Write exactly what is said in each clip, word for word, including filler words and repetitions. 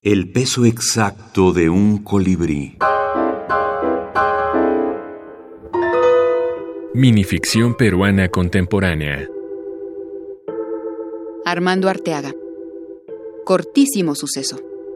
El peso exacto de un colibrí. Minificción peruana contemporánea. Armando Arteaga. Cortísimo suceso.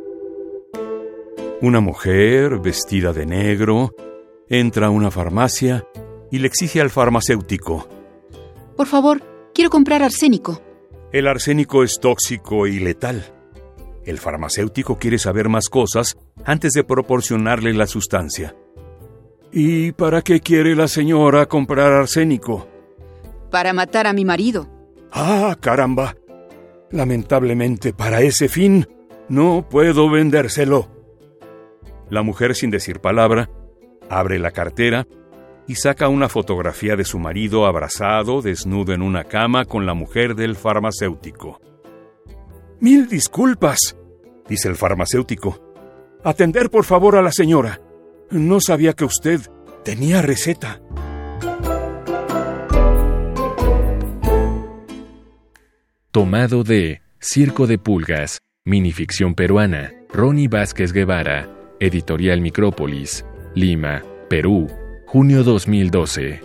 Una mujer, vestida de negro, entra a una farmacia y le exige al farmacéutico: Por favor, quiero comprar arsénico. El arsénico es tóxico y letal. El farmacéutico quiere saber más cosas antes de proporcionarle la sustancia. ¿Y para qué quiere la señora comprar arsénico? Para matar a mi marido. ¡Ah, caramba! Lamentablemente, para ese fin, no puedo vendérselo. La mujer, sin decir palabra, abre la cartera y saca una fotografía de su marido abrazado, desnudo en una cama con la mujer del farmacéutico. «Mil disculpas», dice el farmacéutico. «Atender, por favor, a la señora. No sabía que usted tenía receta». Tomado de Circo de Pulgas, minificción peruana, Ronnie Vázquez Guevara, Editorial Micrópolis, Lima, Perú, junio dos mil doce.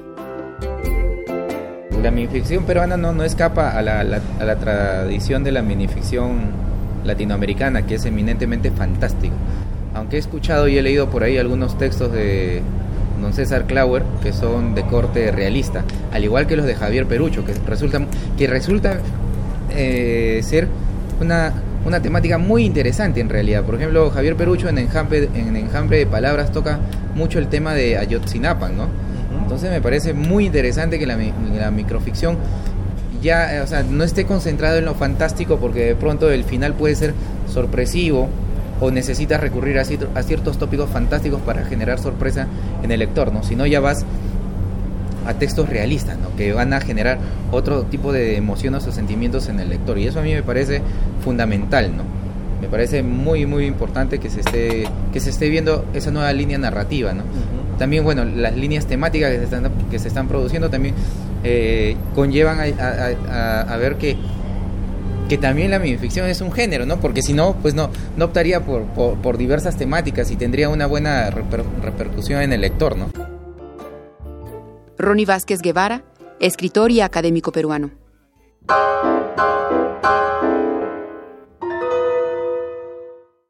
La minificción peruana no, no escapa a la, la, a la tradición de la minificción latinoamericana, que es eminentemente fantástico. Aunque he escuchado y he leído por ahí algunos textos de don César Clauer que son de corte realista, al igual que los de Javier Perucho, que resulta, que resulta eh, ser una, una temática muy interesante en realidad. Por ejemplo, Javier Perucho en Enjambre, en Enjambre de Palabras toca mucho el tema de Ayotzinapa, ¿no? Entonces me parece muy interesante que la, la microficción ya, o sea, no esté concentrado en lo fantástico, porque de pronto el final puede ser sorpresivo o necesitas recurrir a, cierto, a ciertos tópicos fantásticos para generar sorpresa en el lector, ¿no? Si no, ya vas a textos realistas, ¿no? Que van a generar otro tipo de emociones o sentimientos en el lector, y eso a mí me parece fundamental, ¿no? Me parece muy muy importante que se esté que se esté viendo esa nueva línea narrativa, ¿no? Uh-huh. También, bueno, las líneas temáticas que se están que se están produciendo también eh, conllevan a, a, a, a ver que que también la minificción es un género, ¿no? Porque si no, pues no no optaría por, por por diversas temáticas y tendría una buena reper, repercusión en el lector, ¿no? Ronnie Vázquez Guevara, escritor y académico peruano.